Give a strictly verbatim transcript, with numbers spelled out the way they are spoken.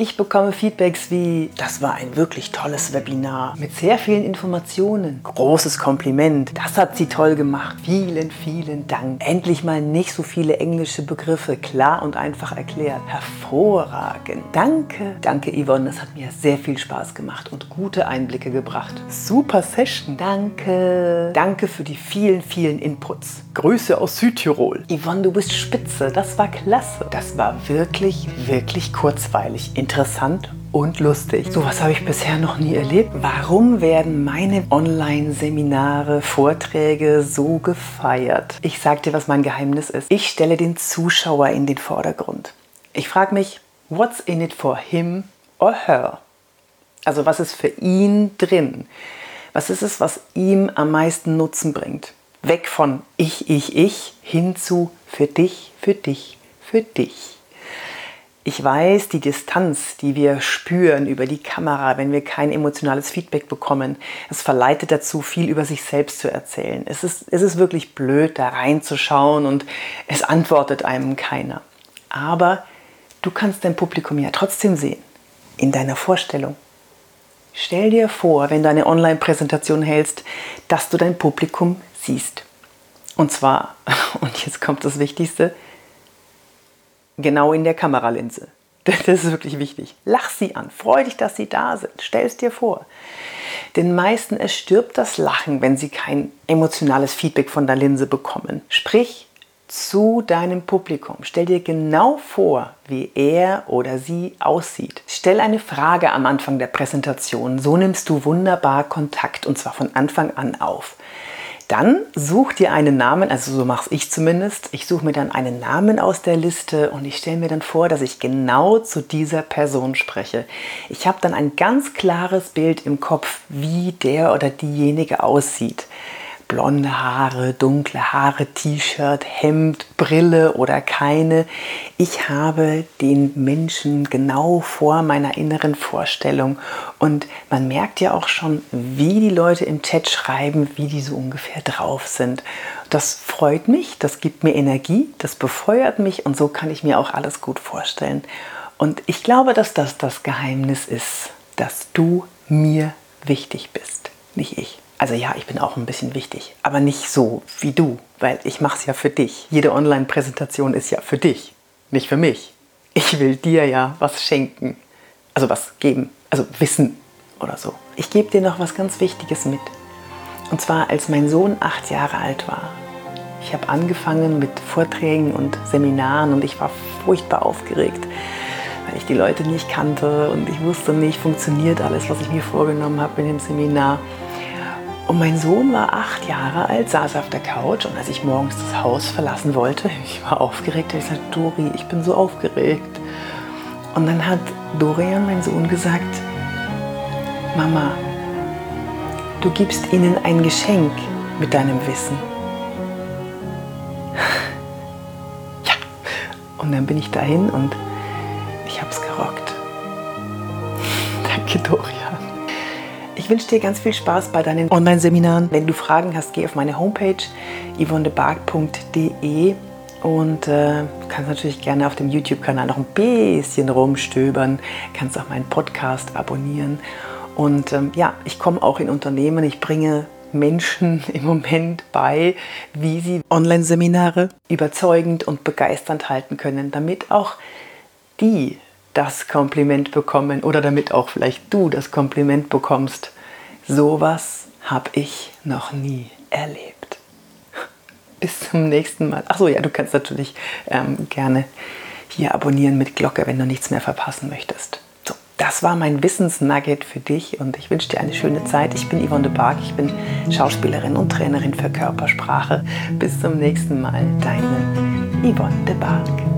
Ich bekomme Feedbacks wie, das war ein wirklich tolles Webinar mit sehr vielen Informationen. Großes Kompliment, das hat sie toll gemacht. Vielen, vielen Dank. Endlich mal nicht so viele englische Begriffe, klar und einfach erklärt. Hervorragend. Danke. Danke Yvonne, das hat mir sehr viel Spaß gemacht und gute Einblicke gebracht. Super Session. Danke. Danke für die vielen, vielen Inputs. Grüße aus Südtirol. Yvonne, du bist spitze, das war klasse. Das war wirklich, wirklich kurzweilig. Interessant und lustig. So was habe ich bisher noch nie erlebt. Warum werden meine Online-Seminare, Vorträge so gefeiert? Ich sage dir, was mein Geheimnis ist. Ich stelle den Zuschauer in den Vordergrund. Ich frage mich, what's in it for him or her? Also was ist für ihn drin? Was ist es, was ihm am meisten Nutzen bringt? Weg von ich, ich, ich hin zu für dich, für dich, für dich. Ich weiß, die Distanz, die wir spüren über die Kamera, wenn wir kein emotionales Feedback bekommen, es verleitet dazu, viel über sich selbst zu erzählen. Es ist, es ist wirklich blöd, da reinzuschauen und es antwortet einem keiner. Aber du kannst dein Publikum ja trotzdem sehen, in deiner Vorstellung. Stell dir vor, wenn du eine Online-Präsentation hältst, dass du dein Publikum siehst. Und zwar, und jetzt kommt das Wichtigste, genau in der Kameralinse. Das ist wirklich wichtig. Lach sie an, freu dich, dass sie da sind. Stell es dir vor. Den meisten erstirbt das Lachen, wenn sie kein emotionales Feedback von der Linse bekommen. Sprich zu deinem Publikum. Stell dir genau vor, wie er oder sie aussieht. Stell eine Frage am Anfang der Präsentation. So nimmst du wunderbar Kontakt und zwar von Anfang an auf. Dann such dir einen Namen, also so mache ich zumindest. Ich suche mir dann einen Namen aus der Liste und ich stelle mir dann vor, dass ich genau zu dieser Person spreche. Ich habe dann ein ganz klares Bild im Kopf, wie der oder diejenige aussieht. Blonde Haare, dunkle Haare, T-Shirt, Hemd, Brille oder keine. Ich habe den Menschen genau vor meiner inneren Vorstellung und man merkt ja auch schon, wie die Leute im Chat schreiben, wie die so ungefähr drauf sind. Das freut mich, das gibt mir Energie, das befeuert mich und so kann ich mir auch alles gut vorstellen. Und ich glaube, dass das das Geheimnis ist, dass du mir wichtig bist, nicht ich. Also ja, ich bin auch ein bisschen wichtig, aber nicht so wie du, weil ich mache es ja für dich. Jede Online-Präsentation ist ja für dich, nicht für mich. Ich will dir ja was schenken, also was geben, also Wissen oder so. Ich gebe dir noch was ganz Wichtiges mit. Und zwar, als mein Sohn acht Jahre alt war. Ich habe angefangen mit Vorträgen und Seminaren und ich war furchtbar aufgeregt, weil ich die Leute nicht kannte und ich wusste nicht, funktioniert alles, was ich mir vorgenommen habe in dem Seminar. Und mein Sohn war acht Jahre alt, saß auf der Couch und als ich morgens das Haus verlassen wollte, ich war aufgeregt, ich sagte, Dori, ich bin so aufgeregt. Und dann hat Dorian, mein Sohn, gesagt, Mama, du gibst ihnen ein Geschenk mit deinem Wissen. Ja, und dann bin ich dahin und ich habe es gerockt. Danke, Dorian. Ich wünsche dir ganz viel Spaß bei deinen Online-Seminaren. Wenn du Fragen hast, geh auf meine Homepage yvonne de barg punkt de und äh, kannst natürlich gerne auf dem YouTube-Kanal noch ein bisschen rumstöbern. Kannst auch meinen Podcast abonnieren. Und ähm, ja, ich komme auch in Unternehmen. Ich bringe Menschen im Moment bei, wie sie Online-Seminare überzeugend und begeisternd halten können, damit auch die das Kompliment bekommen oder damit auch vielleicht du das Kompliment bekommst. Sowas habe ich noch nie erlebt. Bis zum nächsten Mal. Achso, ja, du kannst natürlich ähm, gerne hier abonnieren mit Glocke, wenn du nichts mehr verpassen möchtest. So, das war mein Wissensnugget für dich und ich wünsche dir eine schöne Zeit. Ich bin Yvonne de Barg, ich bin Schauspielerin und Trainerin für Körpersprache. Bis zum nächsten Mal, deine Yvonne de Barg.